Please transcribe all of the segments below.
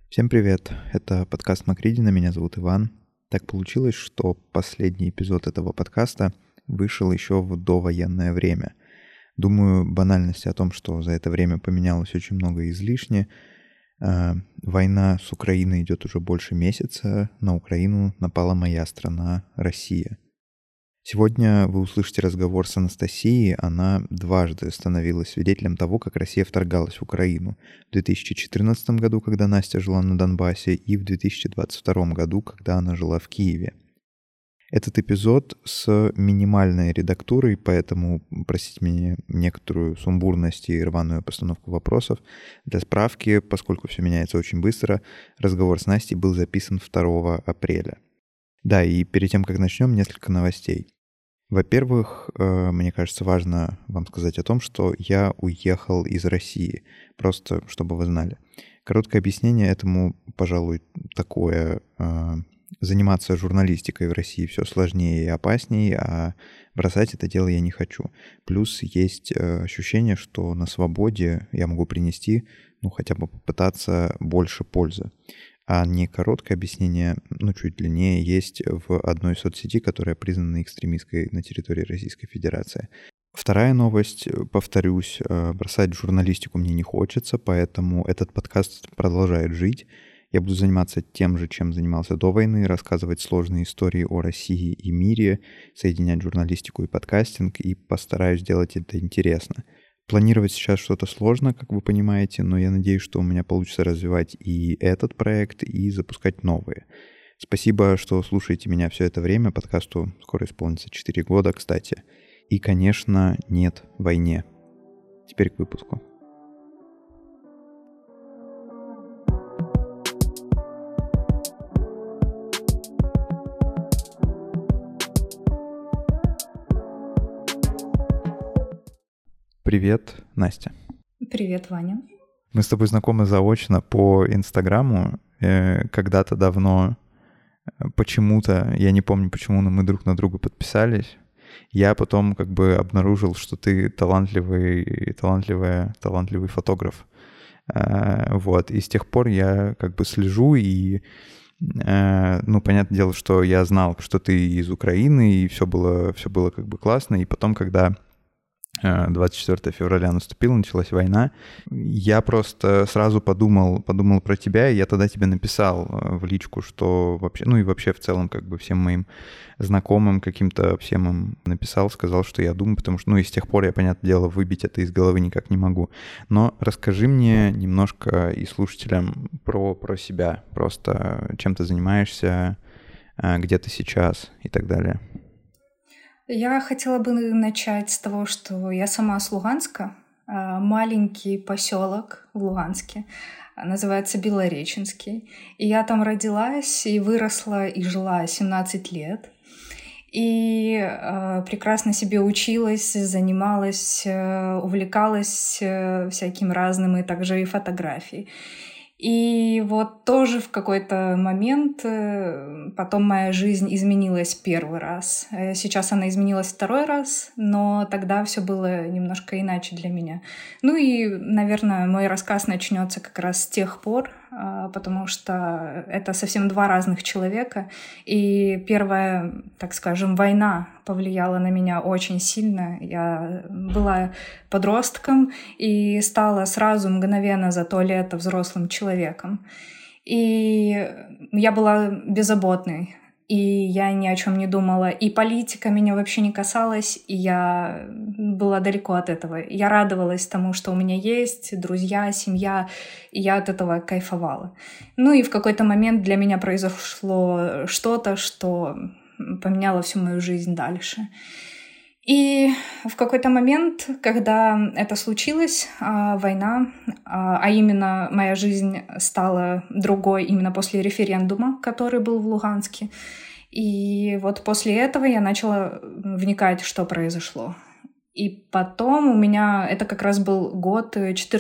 Всем привет! Это подкаст Макридина, меня зовут Иван. Так получилось, что последний эпизод этого подкаста вышел еще в довоенное время. Думаю, банальности о том, что за это время поменялось очень много излишне. Война с Украиной идет уже больше месяца. На Украину напала моя страна, Россия. Сегодня вы услышите разговор с Анастасией. Она дважды становилась свидетелем того, как Россия вторгалась в Украину. В 2014 году, когда Настя жила на Донбассе, и в 2022 году, когда она жила в Киеве. Этот эпизод с минимальной редактурой, поэтому простите меня некоторую сумбурность и рваную постановку вопросов. Для справки, поскольку все меняется очень быстро, разговор с Настей был записан 2 апреля. Да, и перед тем, как начнем, несколько новостей. Во-первых, мне кажется, важно вам сказать о том, что я уехал из России, просто чтобы вы знали. Короткое объяснение этому, пожалуй, такое. Заниматься журналистикой в России все сложнее и опаснее, а бросать это дело я не хочу. Плюс есть ощущение, что на свободе я могу принести, хотя бы попытаться больше пользы. А не короткое объяснение, чуть длиннее, есть в одной соцсети, которая признана экстремистской на территории Российской Федерации. Вторая новость, повторюсь, бросать журналистику мне не хочется, поэтому этот подкаст продолжает жить. Я буду заниматься тем же, чем занимался до войны, рассказывать сложные истории о России и мире, соединять журналистику и подкастинг, и постараюсь сделать это интересно. Планировать сейчас что-то сложно, как вы понимаете, но я надеюсь, что у меня получится развивать и этот проект, и запускать новые. Спасибо, что слушаете меня все это время. Подкасту скоро исполнится 4 года, кстати. И, конечно, нет войне. Теперь к выпуску. Привет, Настя. Привет, Ваня. Мы с тобой знакомы заочно по Инстаграму. Когда-то давно, почему-то, я не помню почему, но мы друг на друга подписались. Я потом обнаружил, что ты талантливый фотограф. И с тех пор я слежу и... понятное дело, что я знал, что ты из Украины, и все было классно. И потом, когда 24 февраля наступило, началась война, я просто сразу подумал про тебя, и я тогда тебе написал в личку, что вообще, и вообще в целом всем моим знакомым каким-то всем им написал, сказал, что я думаю, потому что, и с тех пор я, понятное дело, выбить это из головы никак не могу. Но расскажи мне немножко и слушателям про себя, просто чем ты занимаешься, где ты сейчас и так далее. Я хотела бы начать с того, что я сама с Луганска, маленький поселок в Луганске, называется Белореченский. И я там родилась и выросла и жила 17 лет. И прекрасно себе училась, занималась, увлекалась всяким разным, и также и фотографией. И вот тоже в какой-то момент потом моя жизнь изменилась первый раз. Сейчас она изменилась второй раз, но тогда все было немножко иначе для меня. И, наверное, мой рассказ начнется как раз с тех пор, потому что это совсем два разных человека. И первая, так скажем, война повлияла на меня очень сильно. Я была подростком и стала сразу мгновенно за то лето взрослым человеком. И я была беззаботной, и я ни о чем не думала. И политика меня вообще не касалась, и я была далеко от этого. Я радовалась тому, что у меня есть друзья, семья, и я от этого кайфовала. И в какой-то момент для меня произошло что-то, что поменяло всю мою жизнь дальше. И в какой-то момент, когда это случилось, война, а именно моя жизнь стала другой именно после референдума, который был в Луганске. И вот после этого я начала вникать, что произошло. И потом у меня, это как раз был год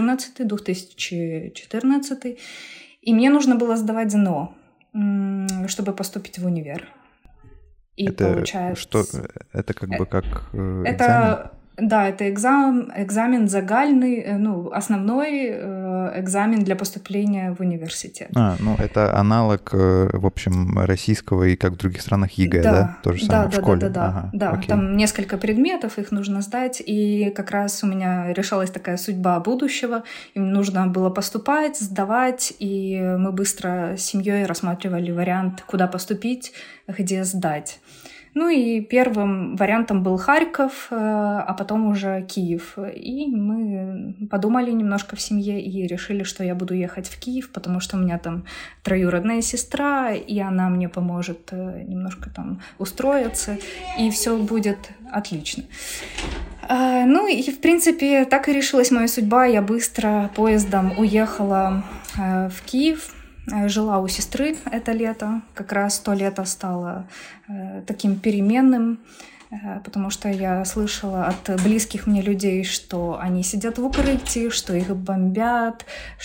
2014, и мне нужно было сдавать ЗНО, чтобы поступить в универ. И это получается... Что? Это как экзамен? Да, это экзамен загальный, основной, экзамен для поступления в университет. Это аналог, в общем, российского и, как в других странах, ЕГЭ, да? То же самое в школе? Да. Там несколько предметов, их нужно сдать, и как раз у меня решалась такая судьба будущего. Им нужно было поступать, сдавать, и мы быстро с семьей рассматривали вариант, куда поступить, где сдать. И первым вариантом был Харьков, а потом уже Киев. И мы подумали немножко в семье и решили, что я буду ехать в Киев, потому что у меня там троюродная сестра, и она мне поможет немножко там устроиться, и все будет отлично. И, в принципе, так и решилась моя судьба. Я быстро поездом уехала в Киев. Жила у сестры это лето. Как раз то лето стало таким переменным, потому что я слышала от близких мне людей, что они сидят в укрытии, что их бомбят,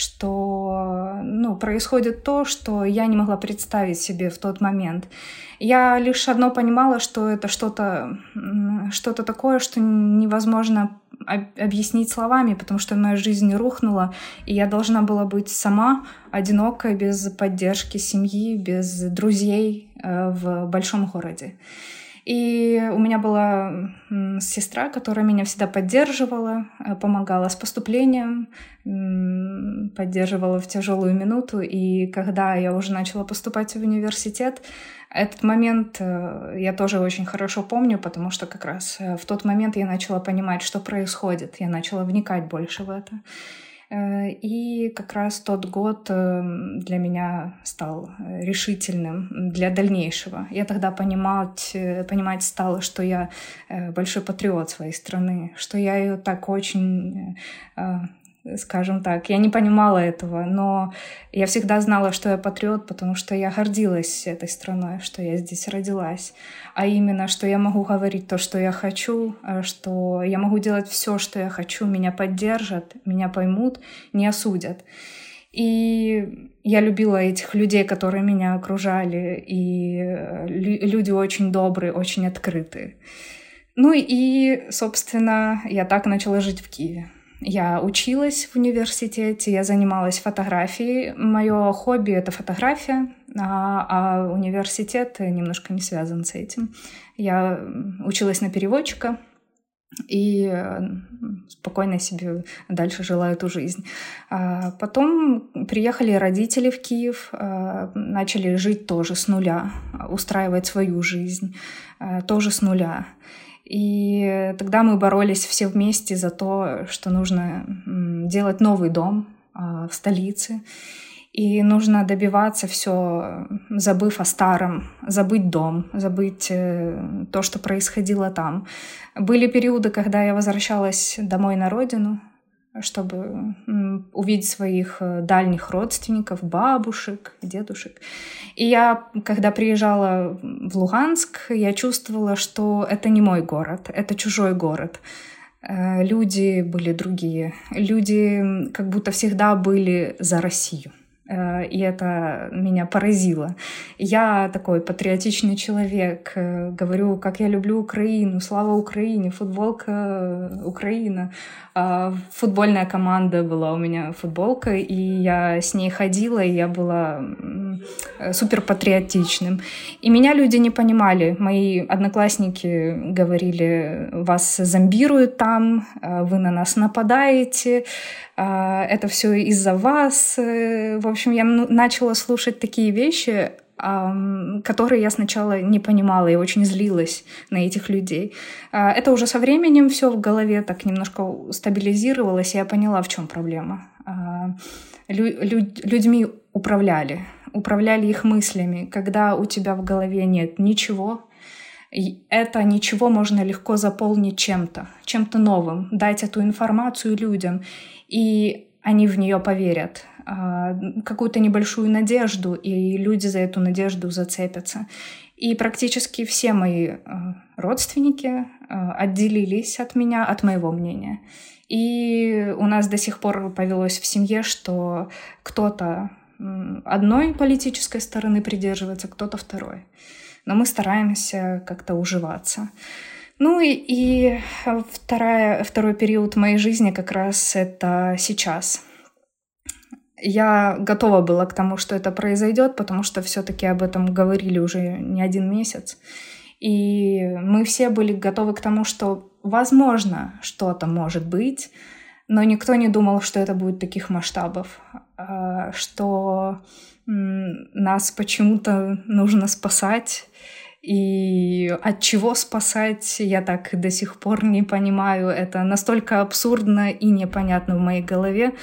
что происходит то, что я не могла представить себе в тот момент. Я лишь одно понимала, что это что-то такое, что невозможно объяснить словами, потому что моя жизнь рухнула, и я должна была быть сама, одинокая, без поддержки семьи, без друзей в большом городе. И у меня была сестра, которая меня всегда поддерживала, помогала с поступлением, поддерживала в тяжелую минуту. И когда я уже начала поступать в университет, этот момент я тоже очень хорошо помню, потому что как раз в тот момент я начала понимать, что происходит. Я начала вникать больше в это. И как раз тот год для меня стал решительным для дальнейшего. Я тогда понимать стала, что я большой патриот своей страны, что я ее так очень, скажем так, я не понимала этого, но я всегда знала, что я патриот, потому что я гордилась этой страной, что я здесь родилась, а именно, что я могу говорить то, что я хочу, что я могу делать все, что я хочу, меня поддержат, меня поймут, не осудят. И я любила этих людей, которые меня окружали, и люди очень добрые, очень открытые. И, собственно, я так начала жить в Киеве. Я училась в университете, я занималась фотографией. Мое хобби — это фотография, а университет немножко не связан с этим. Я училась на переводчика и спокойно себе дальше жила эту жизнь. Потом приехали родители в Киев, начали жить тоже с нуля, устраивать свою жизнь тоже с нуля. И тогда мы боролись все вместе за то, что нужно делать новый дом в столице. И нужно добиваться все, забыв о старом, забыть дом, забыть то, что происходило там. Были периоды, когда я возвращалась домой на родину, чтобы увидеть своих дальних родственников, бабушек, дедушек. И я, когда приезжала в Луганск, я чувствовала, что это не мой город, это чужой город. Люди были другие. Люди как будто всегда были за Россию. И это меня поразило. Я такой патриотичный человек, говорю, как я люблю Украину, слава Украине, футболка Украина. Футбольная команда была у меня футболка, и я с ней ходила, и я была супер патриотичным. И меня люди не понимали. Мои одноклассники говорили, вас зомбируют там, вы на нас нападаете, это все из-за вас. В общем, я начала слушать такие вещи, которые я сначала не понимала и очень злилась на этих людей. Это уже со временем все в голове так немножко стабилизировалось, и я поняла, в чем проблема. Людьми управляли их мыслями. Когда у тебя в голове нет ничего, это ничего можно легко заполнить чем-то новым, дать эту информацию людям, и они в нее поверят, какую-то небольшую надежду, и люди за эту надежду зацепятся. И практически все мои родственники отделились от меня, от моего мнения. И у нас до сих пор повелось в семье, что кто-то одной политической стороны придерживается, кто-то второй. Но мы стараемся как-то уживаться. И второй период моей жизни как раз это сейчас. Я готова была к тому, что это произойдет, потому что все-таки об этом говорили уже не один месяц. И мы все были готовы к тому, что, возможно, что-то может быть, но никто не думал, что это будет таких масштабов, что нас почему-то нужно спасать. И от чего спасать, я так до сих пор не понимаю. Это настолько абсурдно и непонятно в моей голове.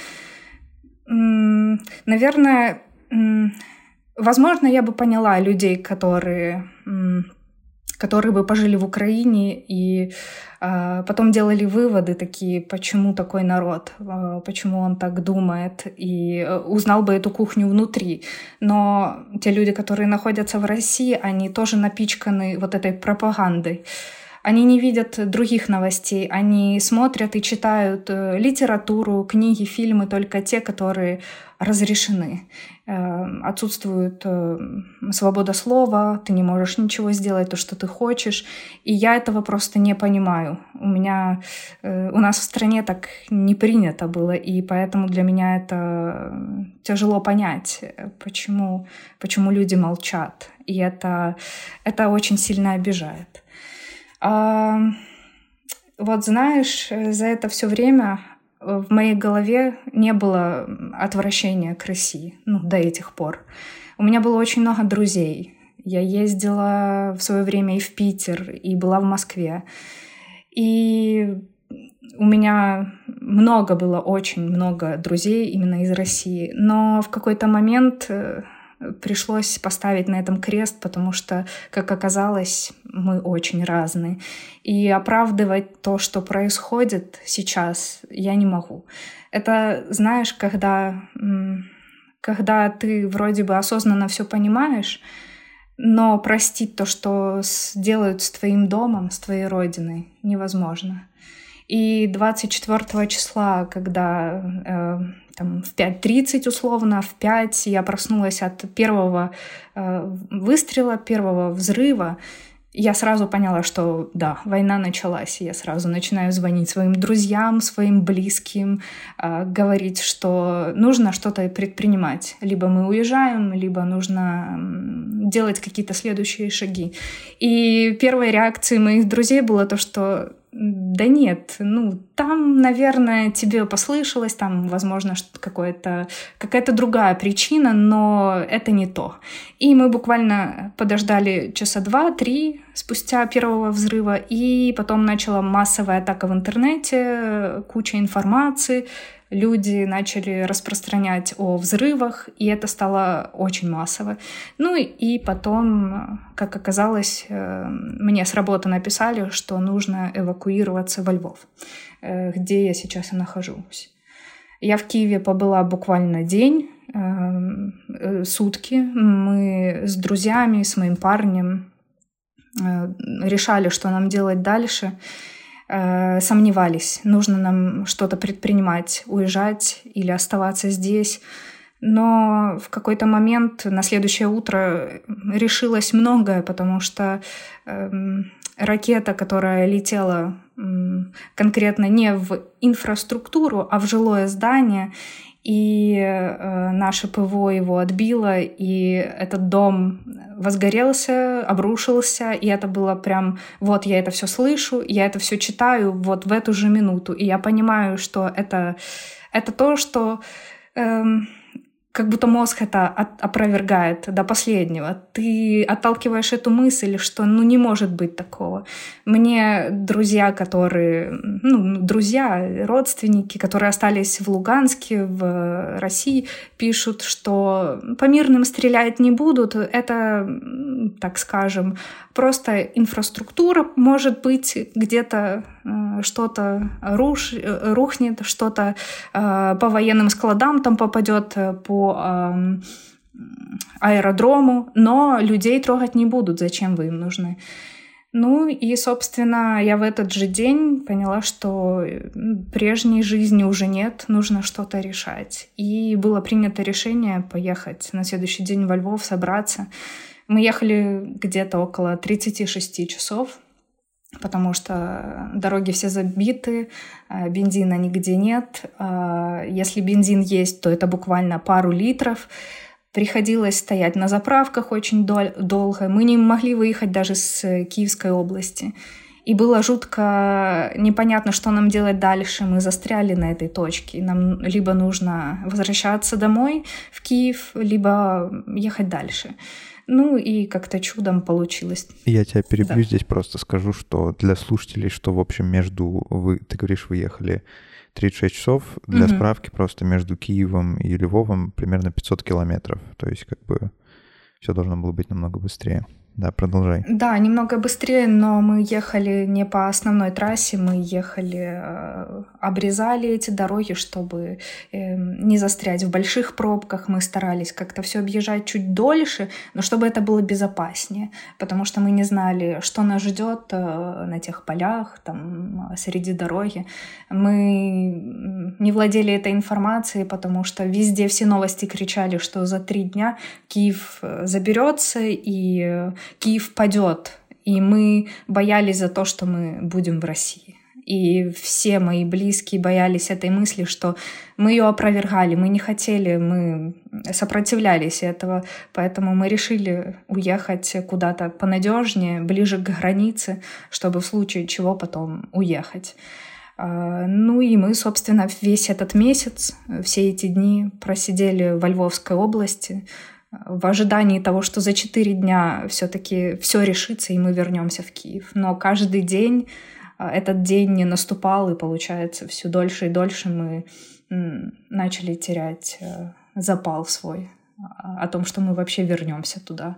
Наверное, возможно, я бы поняла людей, которые бы пожили в Украине и потом делали выводы такие, почему такой народ, почему он так думает, и узнал бы эту кухню внутри. Но те люди, которые находятся в России, они тоже напичканы вот этой пропагандой. Они не видят других новостей, они смотрят и читают литературу, книги, фильмы, только те, которые разрешены. Отсутствует свобода слова, ты не можешь ничего сделать, то, что ты хочешь. И я этого просто не понимаю. У нас в стране так не принято было, и поэтому для меня это тяжело понять, почему люди молчат. И это очень сильно обижает. Вот знаешь, за это все время в моей голове не было отвращения к России, до этих пор. У меня было очень много друзей. Я ездила в свое время и в Питер, и была в Москве. И у меня очень много друзей именно из России. Но в какой-то момент пришлось поставить на этом крест, потому что, как оказалось, мы очень разные. И оправдывать то, что происходит сейчас, я не могу. Это, знаешь, когда ты вроде бы осознанно все понимаешь, но простить то, что делают с твоим домом, с твоей родиной, невозможно. И 24 числа, когда в 5:30 условно, в 5 я проснулась от первого выстрела, первого взрыва, я сразу поняла, что да, война началась. Я сразу начинаю звонить своим друзьям, своим близким, говорить, что нужно что-то предпринимать. Либо мы уезжаем, либо нужно делать какие-то следующие шаги. И первой реакцией моих друзей было то, что да нет, там, наверное, тебе послышалось, там, возможно, какая-то другая причина, но это не то. И мы буквально подождали часа 2-3 спустя первого взрыва, и потом начала массовая атака в интернете, куча информации, люди начали распространять о взрывах, и это стало очень массово. И потом, как оказалось, мне с работы написали, что нужно эвакуироваться во Львов, где я сейчас и нахожусь. Я в Киеве побыла буквально день, сутки. Мы с друзьями, с моим парнем решали, что нам делать дальше. Сомневались, нужно нам что-то предпринимать, уезжать или оставаться здесь. Но в какой-то момент на следующее утро решилось многое, потому что ракета, которая летела конкретно не в инфраструктуру, а в жилое здание, и наше ПВО его отбило, и этот дом возгорелся, обрушился, и это было прям, вот я это все слышу, я это все читаю вот в эту же минуту, и я понимаю, что это то, что как будто мозг это опровергает до последнего. Ты отталкиваешь эту мысль, что не может быть такого. Мне друзья, родственники, которые остались в Луганске, в России, пишут, что по мирным стрелять не будут. Это, так скажем, просто инфраструктура, может быть, где-то что-то рухнет, что-то по военным складам там попадет, по аэродрому, но людей трогать не будут, зачем вы им нужны. И, собственно, я в этот же день поняла, что прежней жизни уже нет, нужно что-то решать. И было принято решение поехать на следующий день во Львов, собраться. Мы ехали где-то около 36 часов. потому что дороги все забиты, бензина нигде нет. Если бензин есть, то это буквально пару литров. Приходилось стоять на заправках очень долго. Мы не могли выехать даже с Киевской области. И было жутко непонятно, что нам делать дальше. Мы застряли на этой точке. Нам либо нужно возвращаться домой в Киев, либо ехать дальше. Ну и как-то чудом получилось. Я тебя перебью, здесь просто скажу, что для слушателей, что, в общем, ты говоришь, вы ехали 36 часов, для справки просто между Киевом и Львовом примерно 500 километров. То есть как бы все должно было быть намного быстрее. Да, продолжай. Да, немного быстрее, но мы ехали не по основной трассе, мы ехали, обрезали эти дороги, чтобы не застрять в больших пробках. Мы старались как-то все объезжать чуть дольше, но чтобы это было безопаснее, потому что мы не знали, что нас ждет на тех полях, там, среди дороги. Мы не владели этой информацией, потому что везде все новости кричали, что за 3 дня Киев заберется и Киев падет, и мы боялись за то, что мы будем в России. И все мои близкие боялись этой мысли, что мы ее опровергали, мы не хотели, мы сопротивлялись этого, поэтому мы решили уехать куда-то понадежнее, ближе к границе, чтобы в случае чего потом уехать. Ну и мы, собственно, весь этот месяц, все эти дни просидели во Львовской области, в ожидании того, что за 4 дня все-таки все решится, и мы вернемся в Киев. Но каждый день этот день не наступал, и, получается, все дольше и дольше мы начали терять запал свой о том, что мы вообще вернемся туда.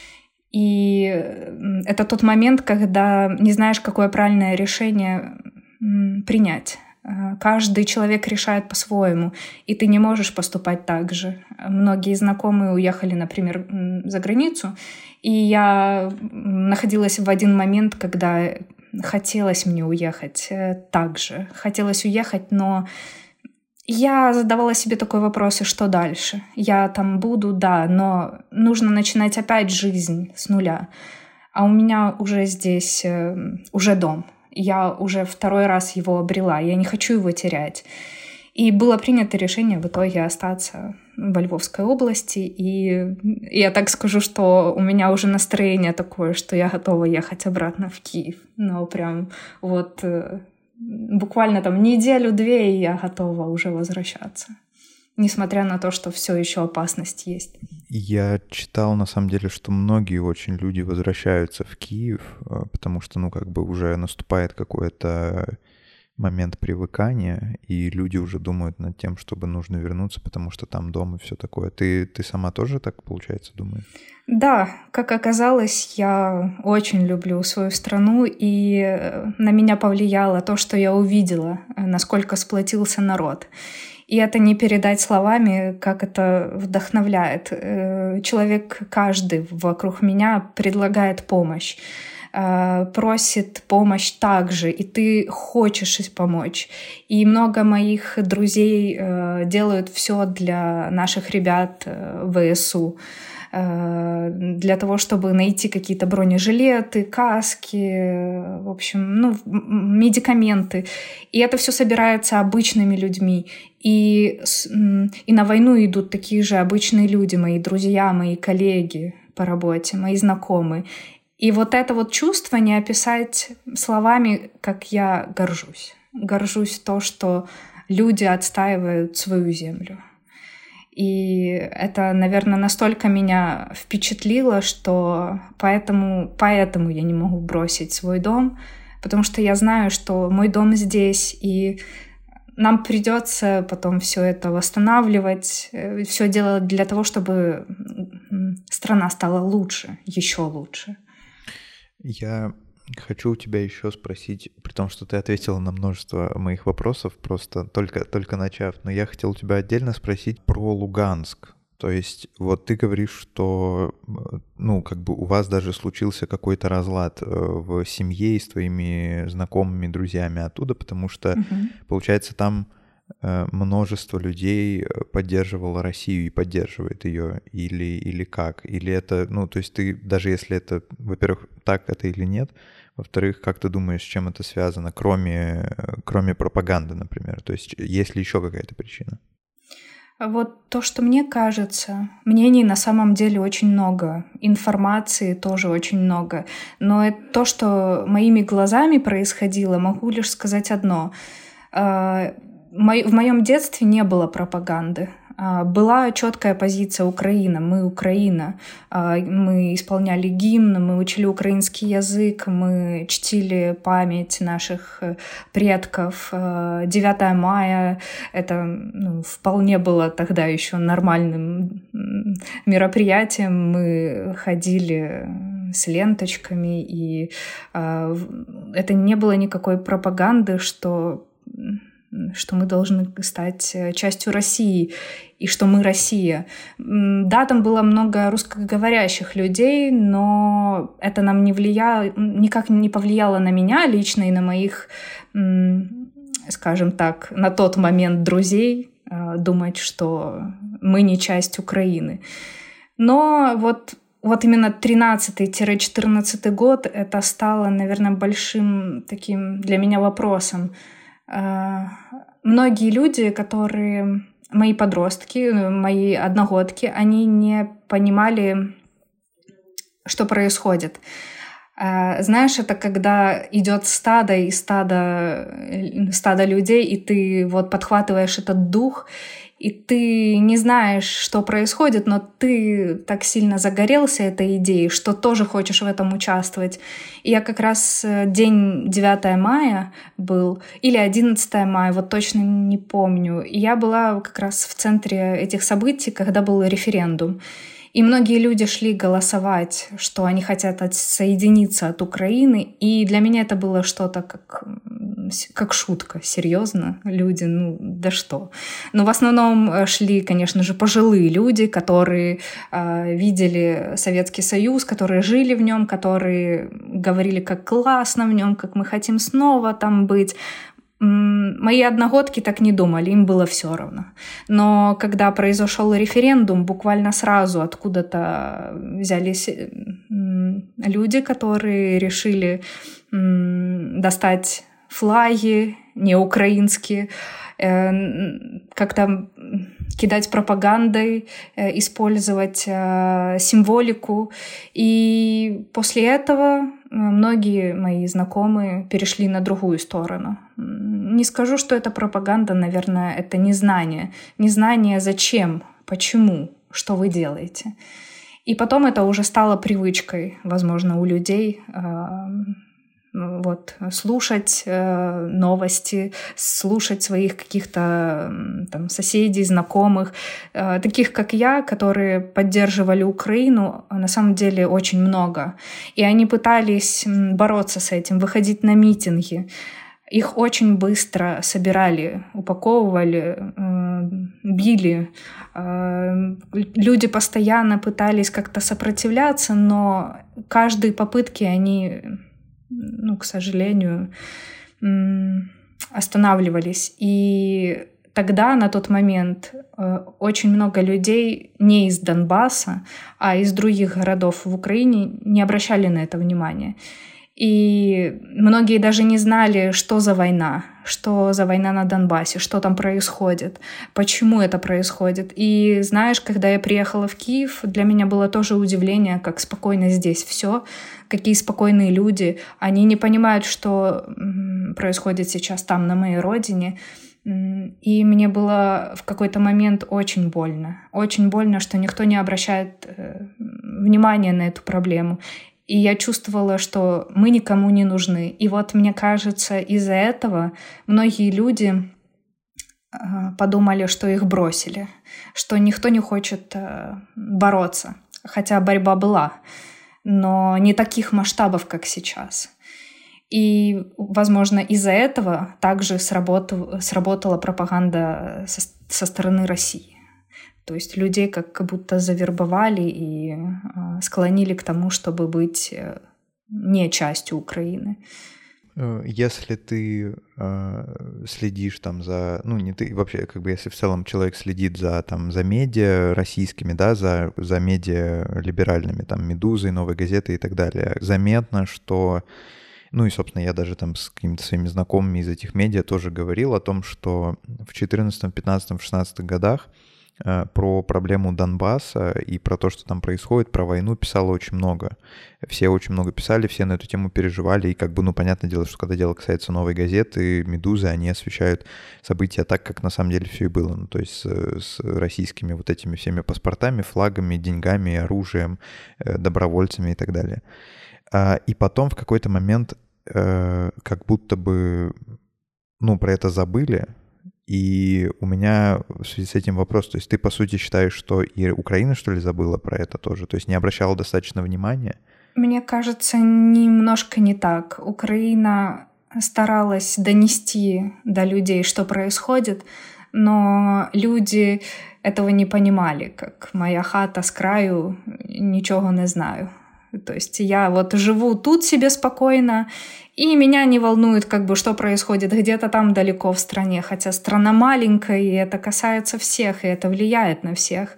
И это тот момент, когда не знаешь, какое правильное решение принять. Каждый человек решает по-своему, и ты не можешь поступать так же. Многие знакомые уехали, например, за границу, и я находилась в один момент, когда хотелось мне уехать так же. Хотелось уехать, но я задавала себе такой вопрос, и что дальше? Я там буду, да, но нужно начинать опять жизнь с нуля. А у меня уже здесь, уже дом. Я уже 2-й раз его обрела, я не хочу его терять. И было принято решение в итоге остаться во Львовской области. И я так скажу, что у меня уже настроение такое, что я готова ехать обратно в Киев. Но прям вот буквально там 1-2 недели, и я готова уже возвращаться. Несмотря на то, что все еще опасность есть. Я читал, на самом деле, что многие очень люди возвращаются в Киев, потому что, уже наступает какой-то момент привыкания, и люди уже думают над тем, чтобы нужно вернуться, потому что там дом и все такое. Ты сама тоже так, получается, думаешь? Да, как оказалось, я очень люблю свою страну, и на меня повлияло то, что я увидела, насколько сплотился народ. И это не передать словами, как это вдохновляет. Человек каждый вокруг меня предлагает помощь, просит помощь также, и ты хочешь помочь. И много моих друзей делают все для наших ребят в ВСУ, для того, чтобы найти какие-то бронежилеты, каски, в общем, медикаменты. И это все собирается обычными людьми. И на войну идут такие же обычные люди, мои друзья, мои коллеги по работе, мои знакомые. И вот это вот чувство не описать словами, как я горжусь. Горжусь то, что люди отстаивают свою землю. И это, наверное, настолько меня впечатлило, что поэтому я не могу бросить свой дом, потому что я знаю, что мой дом здесь, и нам придется потом все это восстанавливать, все делать для того, чтобы страна стала лучше, еще лучше. Я хочу у тебя еще спросить, при том, что ты ответила на множество моих вопросов, просто только начав, но я хотел у тебя отдельно спросить про Луганск. То есть вот ты говоришь, что у вас даже случился какой-то разлад в семье и с твоими знакомыми, друзьями оттуда, потому что, получается, там множество людей поддерживало Россию и поддерживает ее, или как? Или это, ну, то есть ты, даже если это, во-первых, так это или нет, во-вторых, как ты думаешь, с чем это связано, кроме пропаганды, например? То есть есть ли еще какая-то причина? Вот то, что мне кажется, мнений на самом деле очень много, информации тоже очень много, но то, что моими глазами происходило, могу лишь сказать одно. В моем детстве не было пропаганды. Была четкая позиция Украина, мы Украина. Мы исполняли гимн, мы учили украинский язык, мы чтили память наших предков. 9 мая — это вполне было тогда еще нормальным мероприятием. Мы ходили с ленточками, и это не было никакой пропаганды, что мы должны стать частью России и что мы Россия. Да, там было много русскоговорящих людей, но это никак не повлияло на меня лично и на моих, скажем так, на тот момент друзей думать, что мы не часть Украины. Но вот именно 13-14 год это стало, наверное, большим таким для меня вопросом. Многие люди, мои подростки, мои одногодки, они не понимали, что происходит. Знаешь, это когда идет стадо людей, и ты вот подхватываешь этот дух, и ты не знаешь, что происходит, но ты так сильно загорелся этой идеей, что тоже хочешь в этом участвовать. И я как раз день 9 мая был, или 11 мая, вот точно не помню. И я была как раз в центре этих событий, когда был референдум. И многие люди шли голосовать, что они хотят отсоединиться от Украины. И для меня это было что-то как шутка. Серьезно? Люди, да что? Но в основном шли, конечно же, пожилые люди, которые видели Советский Союз, которые жили в нем, которые говорили, как классно в нем, как мы хотим снова там быть. Мои одногодки так не думали, им было все равно. Но когда произошел референдум, буквально сразу откуда-то взялись люди, которые решили достать флаги не украинские, как-то кидать пропагандой, использовать символику. И после этого многие мои знакомые перешли на другую сторону. Не скажу, что это пропаганда, наверное, это незнание. Незнание зачем, почему, что вы делаете. И потом это уже стало привычкой, возможно, у людей слушать новости, слушать своих каких-то там соседей, знакомых, таких как я, которые поддерживали Украину, на самом деле очень много. И они пытались бороться с этим, выходить на митинги. Их очень быстро собирали, упаковывали, били. Люди постоянно пытались как-то сопротивляться, но каждые попытки они, к сожалению, останавливались. И тогда, на тот момент, очень много людей не из Донбасса, а из других городов в Украине не обращали на это внимания. И многие даже не знали, что за война на Донбассе, что там происходит, почему это происходит. И знаешь, когда я приехала в Киев, для меня было тоже удивление, как спокойно здесь все, какие спокойные люди. Они не понимают, что происходит сейчас там, на моей родине. И мне было в какой-то момент очень больно, что никто не обращает внимания на эту проблему. И я чувствовала, что мы никому не нужны. И вот, мне кажется, из-за этого многие люди подумали, что их бросили, что никто не хочет бороться. Хотя борьба была, но не таких масштабов, как сейчас. И, возможно, из-за этого также сработала пропаганда со стороны России. То есть людей как будто завербовали и склонили к тому, чтобы быть не частью Украины. Если ты следишь там за, ну не ты, вообще как бы если в целом человек следит за там за медиа российскими, да, за медиа либеральными, там «Медузой», «Новой газетой» и так далее, заметно, что, ну и собственно я даже там с какими-то своими знакомыми из этих медиа тоже говорил о том, что в 14, 15, 16 годах про проблему Донбасса и про то, что там происходит, про войну писало очень много. Все очень много писали, все на эту тему переживали, и как бы, ну, понятное дело, что когда дело касается «Новой газеты», «Медузы», они освещают события так, как на самом деле все и было, ну, то есть с российскими вот этими всеми паспортами, флагами, деньгами, оружием, добровольцами и так далее. И потом в какой-то момент как будто бы, ну, про это забыли. И у меня в связи с этим вопрос, то есть ты, по сути, считаешь, что и Украина, что ли, забыла про это тоже? То есть не обращала достаточно внимания? Мне кажется, немножко не так. Украина старалась донести до людей, что происходит, но люди этого не понимали, как «моя хата с краю, ничего не знаю». То есть я вот живу тут себе спокойно, и меня не волнует, как бы, что происходит где-то там далеко в стране, хотя страна маленькая, и это касается всех, и это влияет на всех.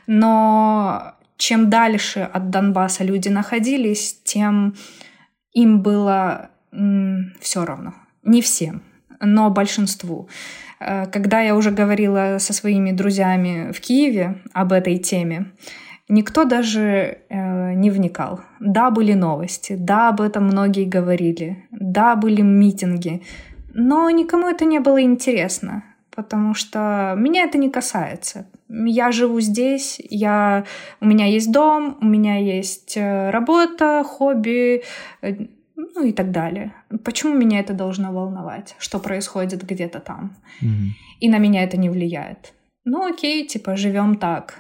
Но чем дальше от Донбасса люди находились, тем им было все равно. Не всем, но большинству. Когда я уже говорила со своими друзьями в Киеве об этой теме, никто даже не вникал. Да, были новости, да, об этом многие говорили, да, были митинги, но никому это не было интересно, потому что меня это не касается. Я живу здесь, у меня есть дом, у меня есть работа, хобби, ну и так далее. Почему меня это должно волновать, что происходит где-то там? Mm-hmm. И на меня это не влияет. Ну окей, типа живем так.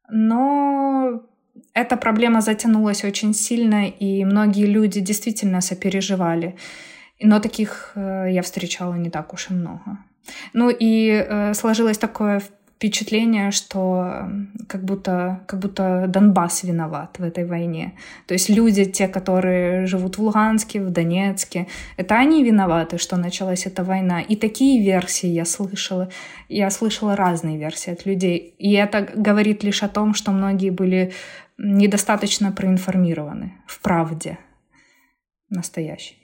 Но эта проблема затянулась очень сильно, и многие люди действительно сопереживали. Но таких я встречала не так уж и много. Ну и сложилось такое впечатление, что как будто Донбасс виноват в этой войне. То есть люди, те, которые живут в Луганске, в Донецке, это они виноваты, что началась эта война. И такие версии я слышала. Я слышала разные версии от людей. И это говорит лишь о том, что многие были недостаточно проинформированы в правде настоящей.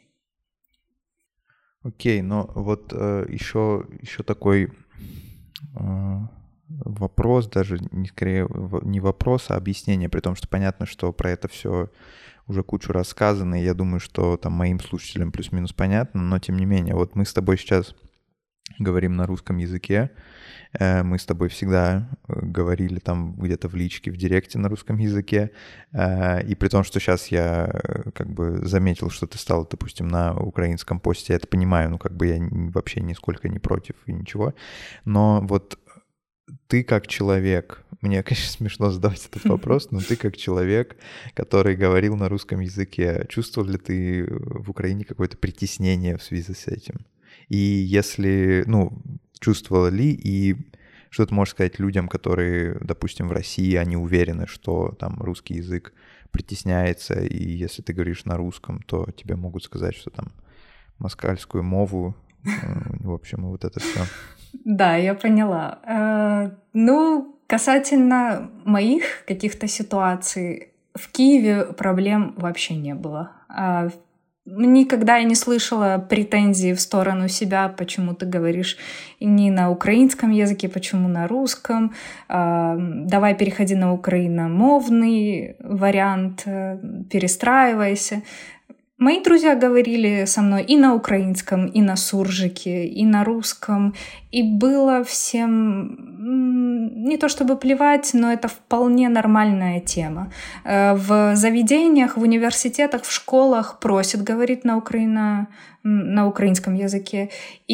Окей, но вот еще такой вопрос, даже не вопрос, а объяснение, при том, что понятно, что про это все уже кучу рассказано, и я думаю, что там моим слушателям плюс-минус понятно, но тем не менее, вот мы с тобой сейчас говорим на русском языке, мы с тобой всегда говорили там где-то в личке, в директе на русском языке, и при том, что сейчас я как бы заметил, что ты стал, допустим, на украинском посте, я это понимаю, ну как бы я вообще нисколько не против и ничего, но вот ты как человек, мне, конечно, смешно задавать этот вопрос, но ты как человек, который говорил на русском языке, чувствовал ли ты в Украине какое-то притеснение в связи с этим? И если, ну, чувствовала ли, и что ты можешь сказать людям, которые, допустим, в России, они уверены, что там русский язык притесняется, и если ты говоришь на русском, то тебе могут сказать, что там москальскую мову, в общем, вот это все. Да, я поняла. Ну, касательно моих каких-то ситуаций, в Киеве проблем вообще не было. Никогда я не слышала претензий в сторону себя, почему ты говоришь не на украинском языке, почему на русском. Давай переходи на украиномовный вариант, перестраивайся. Мои друзья говорили со мной и на украинском, и на суржике, и на русском. И было всем не то чтобы плевать, но это вполне нормальная тема. В заведениях, в университетах, в школах просят говорить на украинском языке.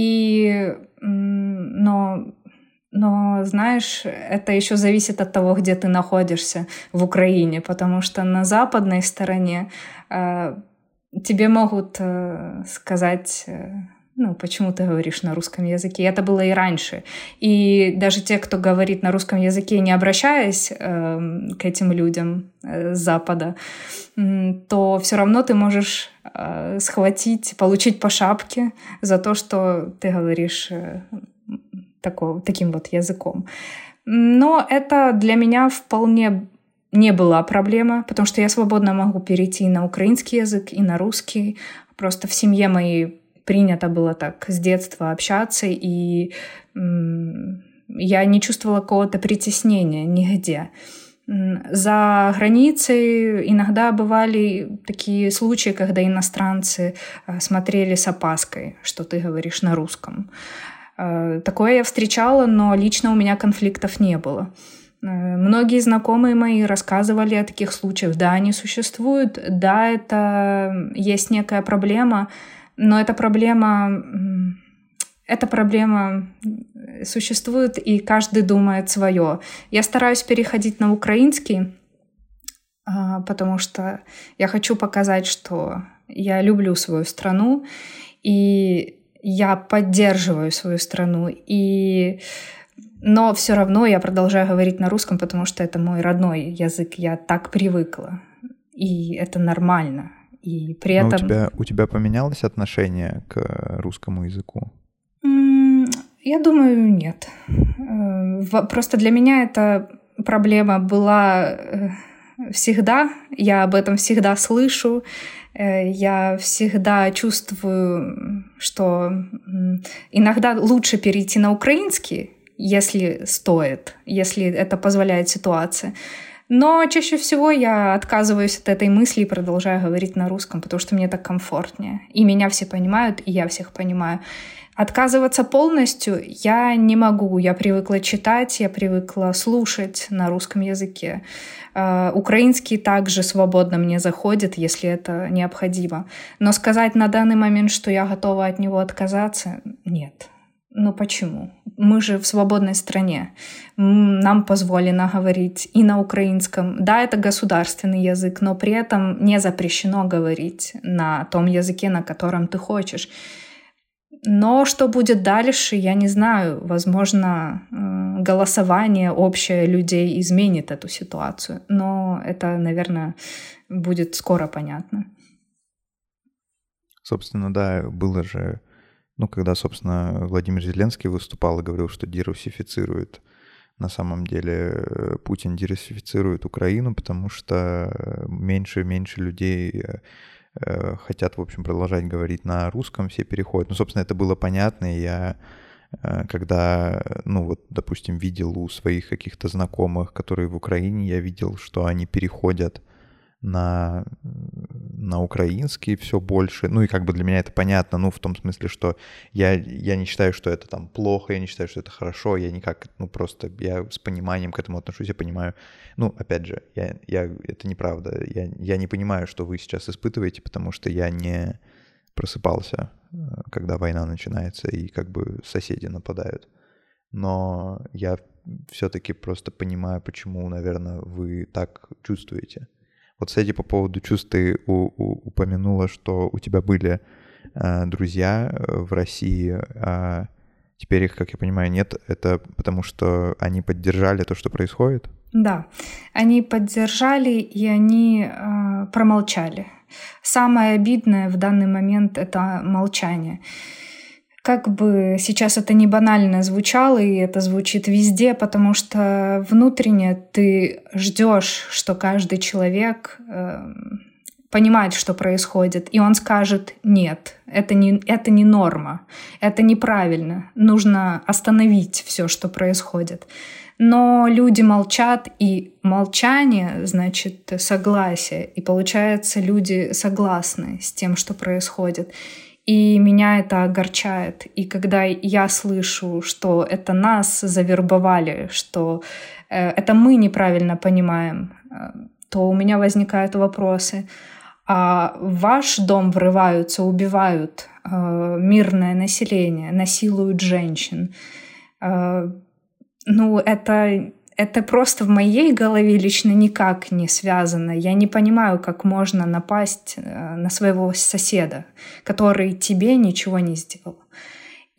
Но, знаешь, это еще зависит от того, где ты находишься в Украине, потому что на западной стороне тебе могут сказать, почему ты говоришь на русском языке? Это было и раньше. И даже те, кто говорит на русском языке, не обращаясь к этим людям с Запада, то все равно ты можешь получить по шапке за то, что ты говоришь таким вот языком. Но это для меня вполне не была проблема, потому что я свободно могу перейти на украинский язык, и на русский. Просто в семье моей принято было так с детства общаться, и я не чувствовала какого-то притеснения нигде. За границей иногда бывали такие случаи, когда иностранцы смотрели с опаской, что ты говоришь на русском. Такое я встречала, но лично у меня конфликтов не было. Многие знакомые мои рассказывали о таких случаях. Да, они существуют, да, это есть некая проблема, но эта проблема существует, и каждый думает свое. Я стараюсь переходить на украинский, потому что я хочу показать, что я люблю свою страну, и я поддерживаю свою страну, но все равно я продолжаю говорить на русском, потому что это мой родной язык, я так привыкла, и это нормально. И при этом... У тебя поменялось отношение к русскому языку? Я думаю, нет. Просто для меня эта проблема была всегда. Я об этом всегда слышу. Я всегда чувствую, что иногда лучше перейти на украинский, если стоит, если это позволяет ситуация. Но чаще всего я отказываюсь от этой мысли и продолжаю говорить на русском, потому что мне так комфортнее. И меня все понимают, и я всех понимаю. Отказываться полностью я не могу. Я привыкла читать, я привыкла слушать на русском языке. Украинский также свободно мне заходит, если это необходимо. Но сказать на данный момент, что я готова от него отказаться, нет. Ну почему? Мы же в свободной стране. Нам позволено говорить и на украинском. Да, это государственный язык, но при этом не запрещено говорить на том языке, на котором ты хочешь. Но что будет дальше, я не знаю. Возможно, голосование общее людей изменит эту ситуацию. Но это, наверное, будет скоро понятно. Собственно, да, было же... когда, собственно, Владимир Зеленский выступал и говорил, что дерусифицирует, на самом деле Путин дерусифицирует Украину, потому что меньше и меньше людей хотят, в общем, продолжать говорить на русском, все переходят. Собственно, это было понятно, и я, когда, допустим, видел у своих каких-то знакомых, которые в Украине, я видел, что они переходят на украинский все больше. И для меня это понятно, в том смысле, что я не считаю, что это там плохо, я не считаю, что это хорошо, я никак, просто я с пониманием к этому отношусь, я понимаю. Опять же, это неправда. Я не понимаю, что вы сейчас испытываете, потому что я не просыпался, когда война начинается и соседи нападают. Но я все-таки просто понимаю, почему, наверное, вы так чувствуете. Вот, кстати, по поводу чувств ты упомянула, что у тебя были друзья в России, а теперь их, как я понимаю, нет. Это потому, что они поддержали то, что происходит? Да, они поддержали, и они промолчали. Самое обидное в данный момент — это молчание. Как бы сейчас это не банально звучало, и это звучит везде, потому что внутренне ты ждешь, что каждый человек понимает, что происходит, и он скажет: нет, это не норма, это неправильно, нужно остановить все, что происходит. Но люди молчат, и молчание значит согласие, и получается, люди согласны с тем, что происходит. И меня это огорчает. И когда я слышу, что это нас завербовали, что это мы неправильно понимаем, то у меня возникают вопросы. А в ваш дом врываются, убивают мирное население, насилуют женщин. Это просто в моей голове лично никак не связано. Я не понимаю, как можно напасть на своего соседа, который тебе ничего не сделал.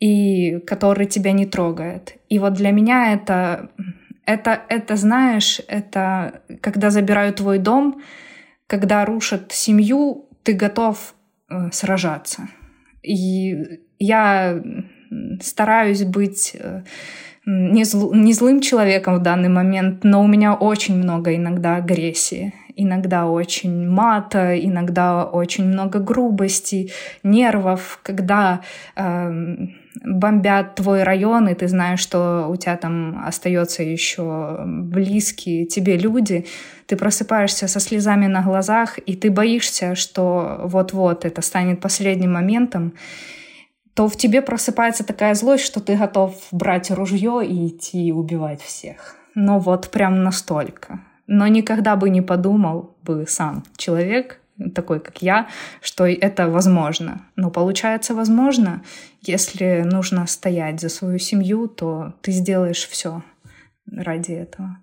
и который тебя не трогает. И вот для меня это, знаешь, это когда забирают твой дом, когда рушат семью, ты готов сражаться. И я стараюсь быть не злым человеком в данный момент, но у меня очень много иногда агрессии, иногда очень мата, иногда очень много грубости, нервов, когда бомбят твой район, и ты знаешь, что у тебя там остается еще близкие тебе люди, ты просыпаешься со слезами на глазах, и ты боишься, что вот-вот это станет последним моментом, то в тебе просыпается такая злость, что ты готов брать ружье и идти убивать всех. Но вот прям настолько. Но никогда бы не подумал бы сам человек, такой как я, что это возможно. Но получается возможно, если нужно стоять за свою семью, то ты сделаешь все ради этого.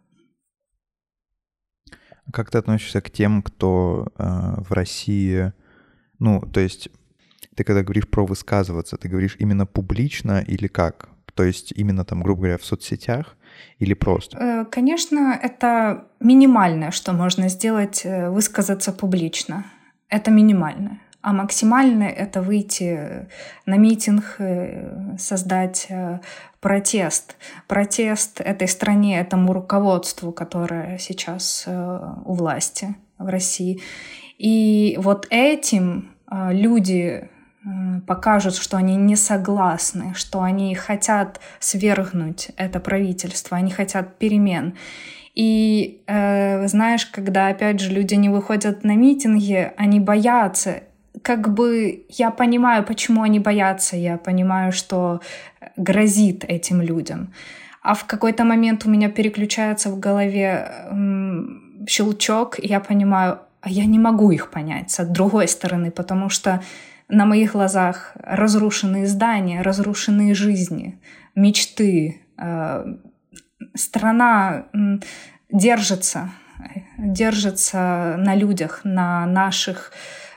Как ты относишься к тем, кто в России, то есть ты когда говоришь про высказываться, ты говоришь именно публично или как? То есть именно там, грубо говоря, в соцсетях или просто? Конечно, это минимальное, что можно сделать, высказаться публично. Это минимальное. А максимальное — это выйти на митинг, создать протест. Протест этой стране, этому руководству, которое сейчас у власти в России. И вот этим люди покажут, что они не согласны, что они хотят свергнуть это правительство, они хотят перемен. И знаешь, когда, опять же, люди не выходят на митинги, они боятся. Как бы я понимаю, почему они боятся, я понимаю, что грозит этим людям. А в какой-то момент у меня переключается в голове щелчок, и я понимаю, а я не могу их понять с другой стороны, потому что на моих глазах разрушенные здания, разрушенные жизни, мечты. Страна держится на людях, на наших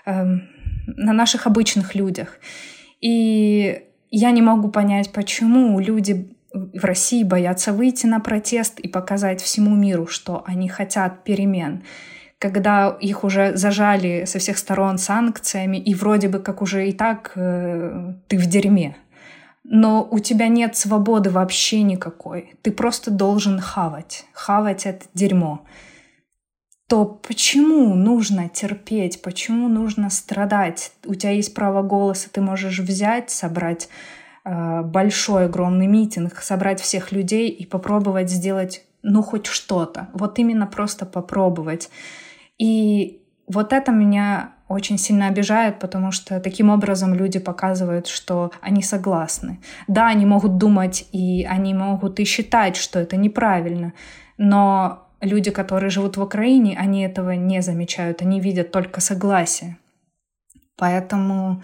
обычных людях. И я не могу понять, почему люди в России боятся выйти на протест и показать всему миру, что они хотят перемен, когда их уже зажали со всех сторон санкциями, и вроде бы как уже и так ты в дерьме. Но у тебя нет свободы вообще никакой. Ты просто должен хавать это дерьмо. То почему нужно терпеть? Почему нужно страдать? У тебя есть право голоса, ты можешь взять, собрать большой, огромный митинг, собрать всех людей и попробовать сделать, хоть что-то. Вот именно просто попробовать. И вот это меня очень сильно обижает, потому что таким образом люди показывают, что они согласны. Да, они могут думать, и они могут и считать, что это неправильно, но люди, которые живут в Украине, они этого не замечают, они видят только согласие. Поэтому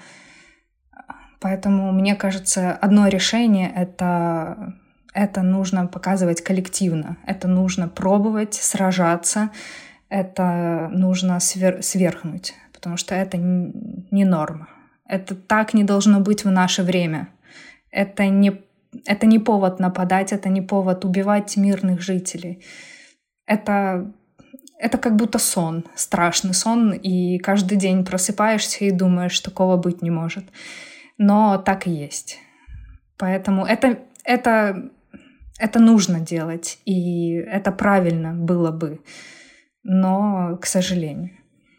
мне кажется, одно решение — это нужно показывать коллективно, это нужно пробовать, сражаться, это нужно свергнуть, потому что это не норма. Это так не должно быть в наше время. Это не повод нападать, это не повод убивать мирных жителей. Это как будто сон, страшный сон, и каждый день просыпаешься и думаешь, такого быть не может. Но так и есть. Поэтому это нужно делать, и это правильно было бы. Но, к сожалению.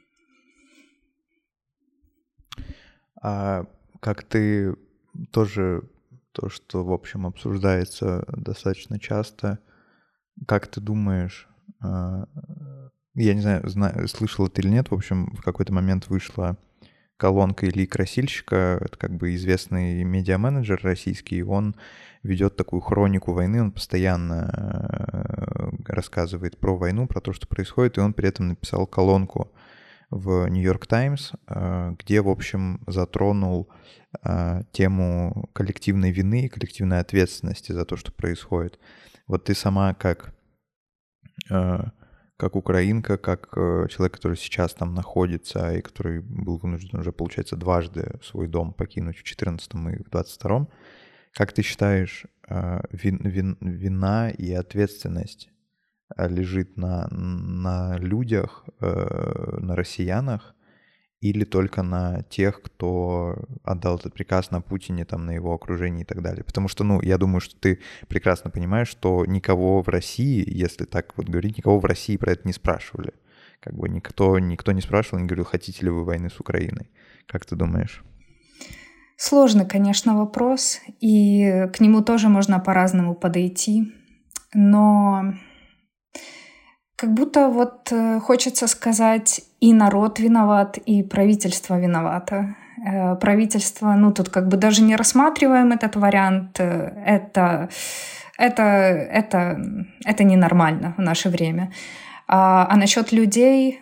А как ты тоже, то, что, в общем, обсуждается достаточно часто, как ты думаешь, я не знаю, слышал ты или нет, в общем, в какой-то момент вышла колонка Ильи Красильщика, это как бы известный медиа-менеджер российский, он ведет такую хронику войны, он постоянно рассказывает про войну, про то, что происходит, и он при этом написал колонку в Нью-Йорк Таймс, где, в общем, затронул тему коллективной вины и коллективной ответственности за то, что происходит. Вот ты сама как украинка, как человек, который сейчас там находится и который был вынужден уже, получается, дважды свой дом покинуть в 2014 и в 2022, Как ты считаешь, вина и ответственность лежит на людях, на россиянах, или только на тех, кто отдал этот приказ, на Путине, там, на его окружении и так далее? Потому что, я думаю, что ты прекрасно понимаешь, что никого в России, если так вот говорить, никого в России про это не спрашивали. Как бы никто не спрашивал, не говорил, хотите ли вы войны с Украиной. Как ты думаешь? Сложный, конечно, вопрос, и к нему тоже можно по-разному подойти, но как будто вот хочется сказать, и народ виноват, и правительство виновато. Правительство, тут как бы даже не рассматриваем этот вариант, это ненормально в наше время. А насчет людей,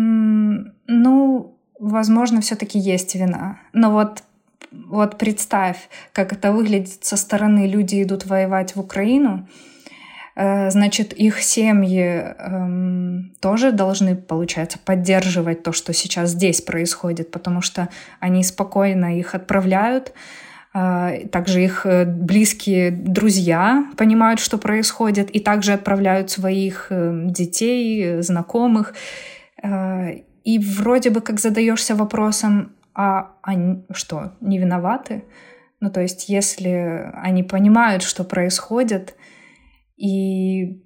возможно, все-таки есть вина. Но вот представь, как это выглядит со стороны. Люди идут воевать в Украину, значит, их семьи тоже должны, получается, поддерживать то, что сейчас здесь происходит, потому что они спокойно их отправляют. Также их близкие друзья понимают, что происходит, и также отправляют своих детей, знакомых. И вроде бы как задаешься вопросом, а они что, не виноваты? То есть если они понимают, что происходит, и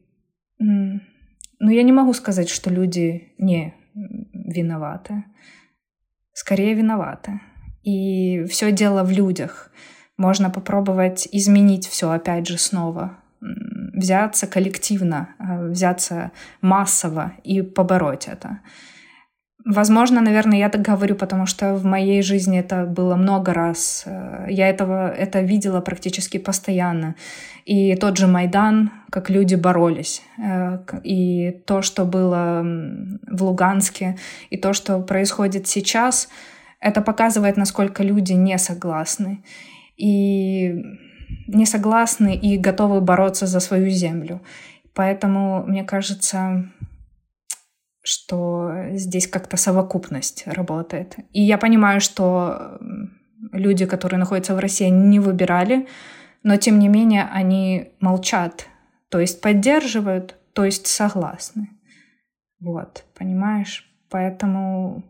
я не могу сказать, что люди не виноваты. Скорее виноваты. И все дело в людях. Можно попробовать изменить все опять же снова. Взяться коллективно, взяться массово и побороть это. Возможно, наверное, я так говорю, потому что в моей жизни это было много раз. Я это видела практически постоянно. И тот же Майдан, как люди боролись. И то, что было в Луганске, и то, что происходит сейчас, это показывает, насколько люди не согласны. И готовы бороться за свою землю. Поэтому, мне кажется, что здесь как-то совокупность работает. И я понимаю, что люди, которые находятся в России, не выбирали, но тем не менее они молчат, то есть поддерживают, то есть согласны. Вот, понимаешь? Поэтому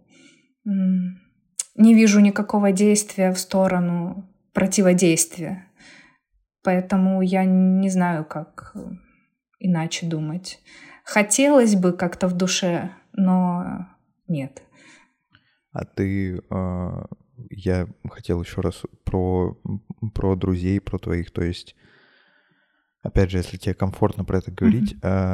не вижу никакого действия в сторону противодействия. Поэтому я не знаю, как иначе думать. Хотелось бы как-то в душе, но нет. А ты... Я хотел еще раз про друзей, про твоих, то есть, опять же, если тебе комфортно про это говорить,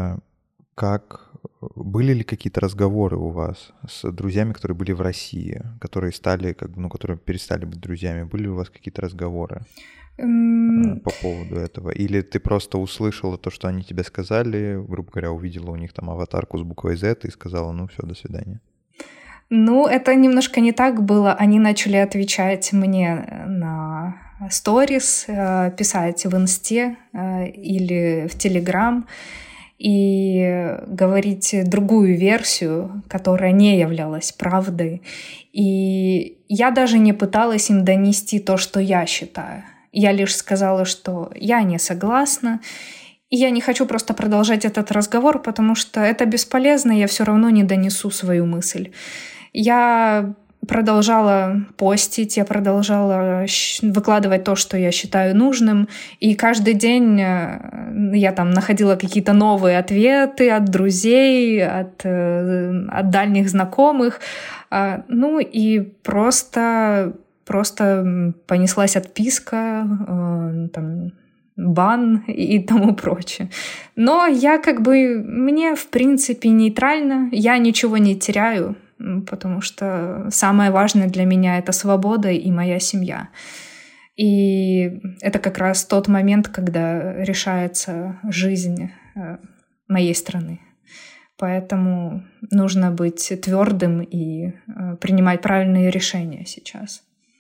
были ли какие-то разговоры у вас с друзьями, которые были в России, которые которые перестали быть друзьями? Были ли у вас какие-то разговоры по поводу этого? Или ты просто услышала то, что они тебе сказали, грубо говоря, увидела у них там аватарку с буквой Z и сказала, все, до свидания? Это немножко не так было. Они начали отвечать мне на сторис, писать в Инсте или в Телеграм и говорить другую версию, которая не являлась правдой. И я даже не пыталась им донести то, что я считаю. Я лишь сказала, что я не согласна, и я не хочу просто продолжать этот разговор, потому что это бесполезно, я все равно не донесу свою мысль. Я продолжала постить, я продолжала выкладывать то, что я считаю нужным, и каждый день я там находила какие-то новые ответы от друзей, от дальних знакомых, и просто понеслась отписка, бан и тому прочее. Но я мне в принципе нейтрально, я ничего не теряю, потому что самое важное для меня — это свобода и моя семья. И это как раз тот момент, когда решается жизнь моей страны. Поэтому нужно быть твердым и принимать правильные решения сейчас.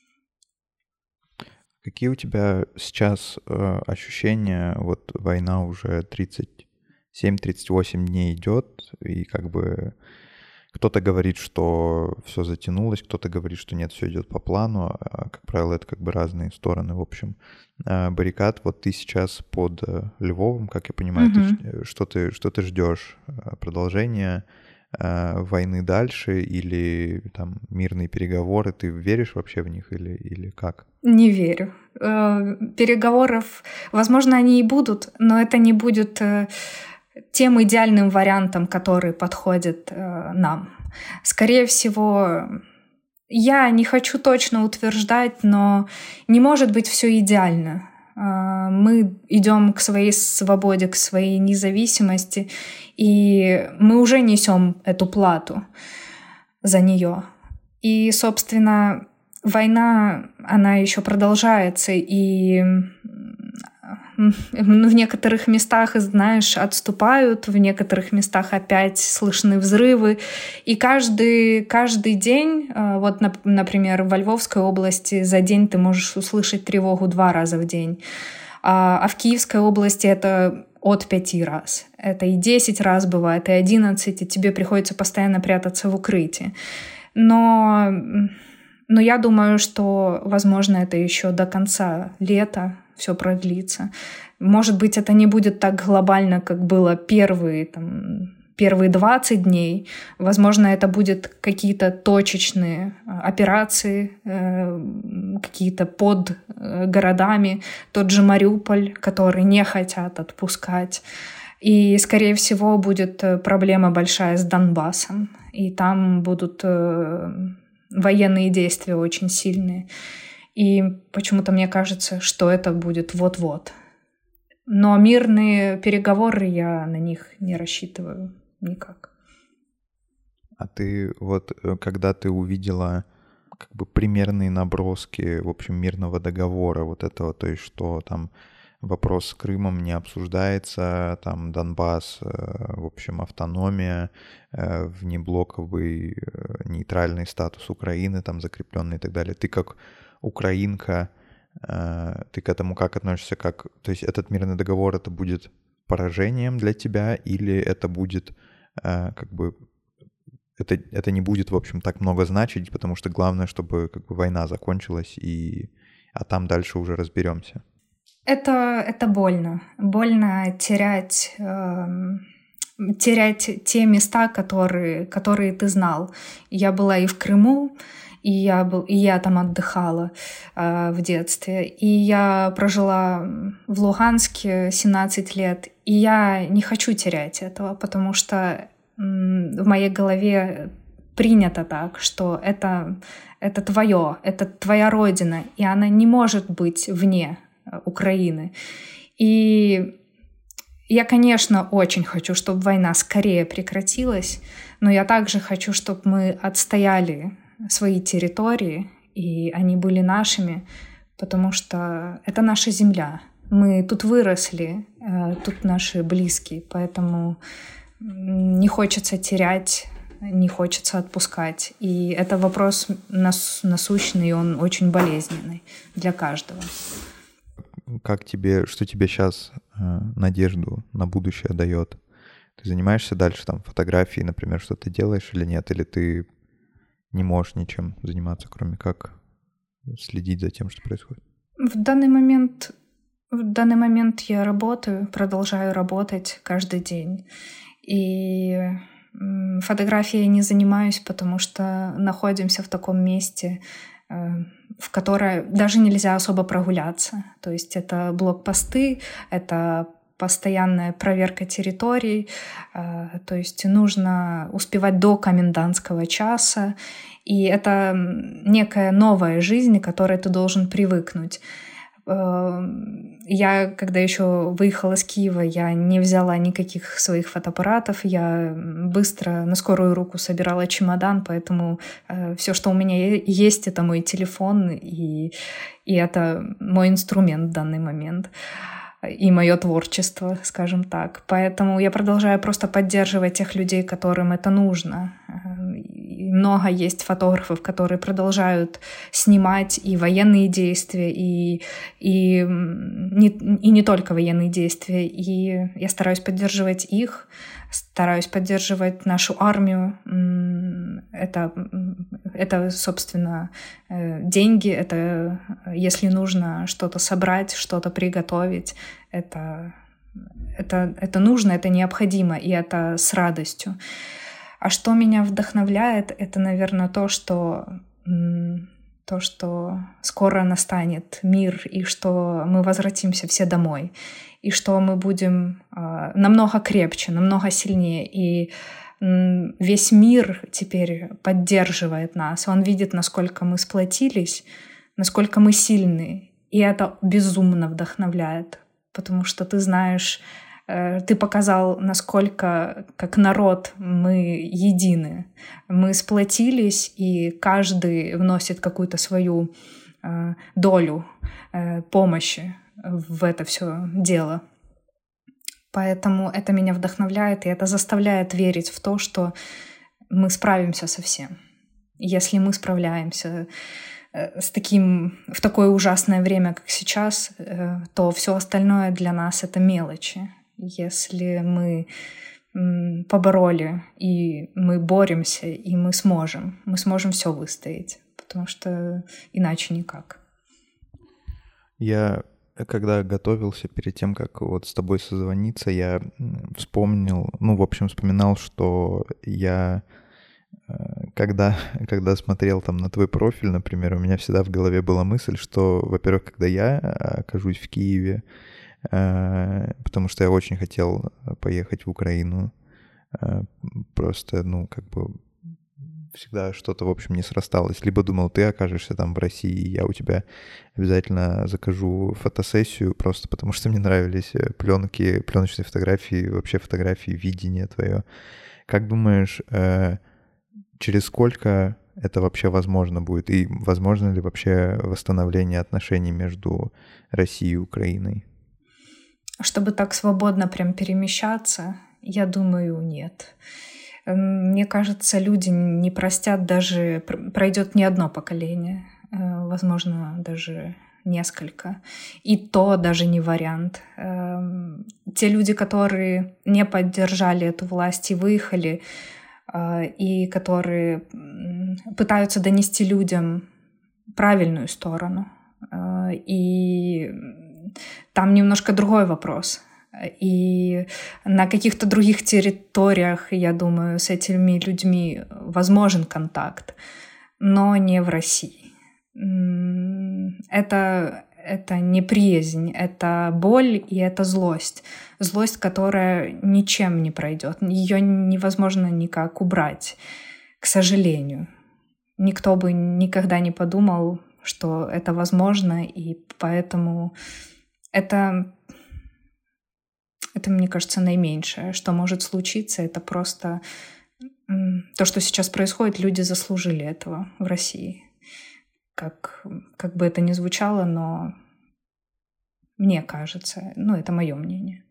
Какие у тебя сейчас ощущения? Вот война уже 37-38 дней идет, и Кто-то говорит, что все затянулось, кто-то говорит, что нет, все идет по плану. Как правило, это как бы разные стороны, в общем, баррикад. Вот ты сейчас под Львовом, как я понимаю, что ты ждешь? Продолжение войны дальше или там мирные переговоры? Ты веришь вообще в них или как? Не верю. Переговоров, возможно, они и будут, но это не будет тем идеальным вариантом, который подходит нам. Скорее всего, я не хочу точно утверждать, но не может быть все идеально. Мы идем к своей свободе, к своей независимости, и мы уже несем эту плату за нее. И, собственно, война, она еще продолжается, и в некоторых местах, знаешь, отступают, в некоторых местах опять слышны взрывы. И каждый день, вот, например, во Львовской области за день ты можешь услышать тревогу 2 раза в день. А в Киевской области это от 5 раз. Это и 10 раз бывает, и 11, и тебе приходится постоянно прятаться в укрытии. Но я думаю, что, возможно, это еще до конца лета все продлится. Может быть, это не будет так глобально, как было первые 20 дней. Возможно, это будут какие-то точечные операции, какие-то под городами. Тот же Мариуполь, который не хотят отпускать. И, скорее всего, будет проблема большая с Донбассом. И там будут военные действия очень сильные. И почему-то мне кажется, что это будет вот-вот. Но мирные переговоры, я на них не рассчитываю никак. А ты вот, когда ты увидела как бы примерные наброски, в общем, мирного договора вот этого, то есть что там вопрос с Крымом не обсуждается, там Донбасс, в общем, автономия, внеблоковый нейтральный статус Украины там закрепленный и так далее. Ты как украинка, ты к этому как относишься? То есть этот мирный договор, это будет поражением для тебя или это будет как бы... Это не будет, в общем, так много значить, потому что главное, чтобы как бы война закончилась, а там дальше уже разберемся. Это больно. Больно терять те места, которые ты знал. Я была и в Крыму, и я там отдыхала в детстве. И я прожила в Луганске 17 лет. И я не хочу терять этого, потому что в моей голове принято так, что это твое, это твоя родина, и она не может быть вне Украины. И я, конечно, очень хочу, чтобы война скорее прекратилась, но я также хочу, чтобы мы отстояли свои территории, и они были нашими, потому что это наша земля. Мы тут выросли, тут наши близкие, поэтому не хочется терять, не хочется отпускать. И это вопрос насущный, и он очень болезненный для каждого. Что тебе сейчас надежду на будущее дает? Ты занимаешься дальше там фотографией, например, что ты делаешь или нет? Или ты не можешь ничем заниматься, кроме как следить за тем, что происходит? В данный момент я работаю, продолжаю работать каждый день. И фотографией не занимаюсь, потому что находимся в таком месте, в которое даже нельзя особо прогуляться. То есть это блокпосты, это постоянная проверка территорий, то есть нужно успевать до комендантского часа, и это некая новая жизнь, к которой ты должен привыкнуть. Я, когда еще выехала из Киева, я не взяла никаких своих фотоаппаратов, я быстро на скорую руку собирала чемодан, поэтому все, что у меня есть, это мой телефон, и это мой инструмент в данный момент, и мое творчество, скажем так. Поэтому я продолжаю просто поддерживать тех людей, которым это нужно. И много есть фотографов, которые продолжают снимать и военные действия, и не только военные действия. И я стараюсь поддерживать их, стараюсь поддерживать нашу армию, Это, собственно, деньги, это если нужно что-то собрать, что-то приготовить, это нужно, это необходимо, и это с радостью. А что меня вдохновляет, это, наверное, то, что скоро настанет мир, и что мы возвратимся все домой, и что мы будем намного крепче, намного сильнее, и весь мир теперь поддерживает нас. Он видит, насколько мы сплотились, насколько мы сильны. И это безумно вдохновляет, потому что ты знаешь, ты показал, насколько как народ мы едины. Мы сплотились, и каждый вносит какую-то свою долю помощи в это все дело. Поэтому это меня вдохновляет, и это заставляет верить в то, что мы справимся со всем. Если мы справляемся в такое ужасное время, как сейчас, то все остальное для нас — это мелочи. Если мы побороли, и мы боремся, и мы сможем все выстоять, потому что иначе никак. Когда готовился перед тем, как вот с тобой созвониться, я вспоминал, что я, когда смотрел там на твой профиль, например, у меня всегда в голове была мысль, что, во-первых, когда я окажусь в Киеве, потому что я очень хотел поехать в Украину, просто, всегда что-то, в общем, не срасталось. Либо думал, ты окажешься там в России, я у тебя обязательно закажу фотосессию, просто потому что мне нравились пленочные фотографии, вообще фотографии, видение твое. Как думаешь, через сколько это вообще возможно будет? И возможно ли вообще восстановление отношений между Россией и Украиной? Чтобы так свободно прям перемещаться, я думаю, нет. Мне кажется, люди не простят даже, пройдет не одно поколение, возможно, даже несколько. И то даже не вариант. Те люди, которые не поддержали эту власть и выехали, и которые пытаются донести людям правильную сторону. И там немножко другой вопрос. И на каких-то других территориях, я думаю, с этими людьми возможен контакт, но не в России. Это неприязнь, это боль и это злость. Злость, которая ничем не пройдет. Ее невозможно никак убрать, к сожалению. Никто бы никогда не подумал, что это возможно, и поэтому это, мне кажется, наименьшее, что может случиться. Это просто то, что сейчас происходит, люди заслужили этого в России. Как бы это ни звучало, но мне кажется, это мое мнение.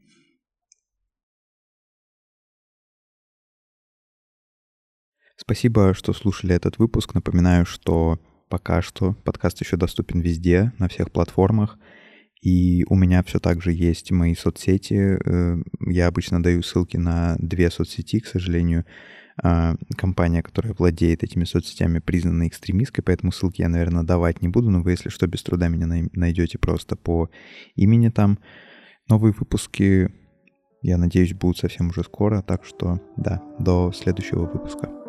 Спасибо, что слушали этот выпуск. Напоминаю, что пока что подкаст еще доступен везде, на всех платформах. И у меня все так же есть мои соцсети. Я обычно даю ссылки на 2 соцсети, к сожалению. Компания, которая владеет этими соцсетями, признана экстремистской, поэтому ссылки я, наверное, давать не буду, но вы, если что, без труда меня найдете просто по имени там. Новые выпуски, я надеюсь, будут совсем уже скоро, так что, да, до следующего выпуска.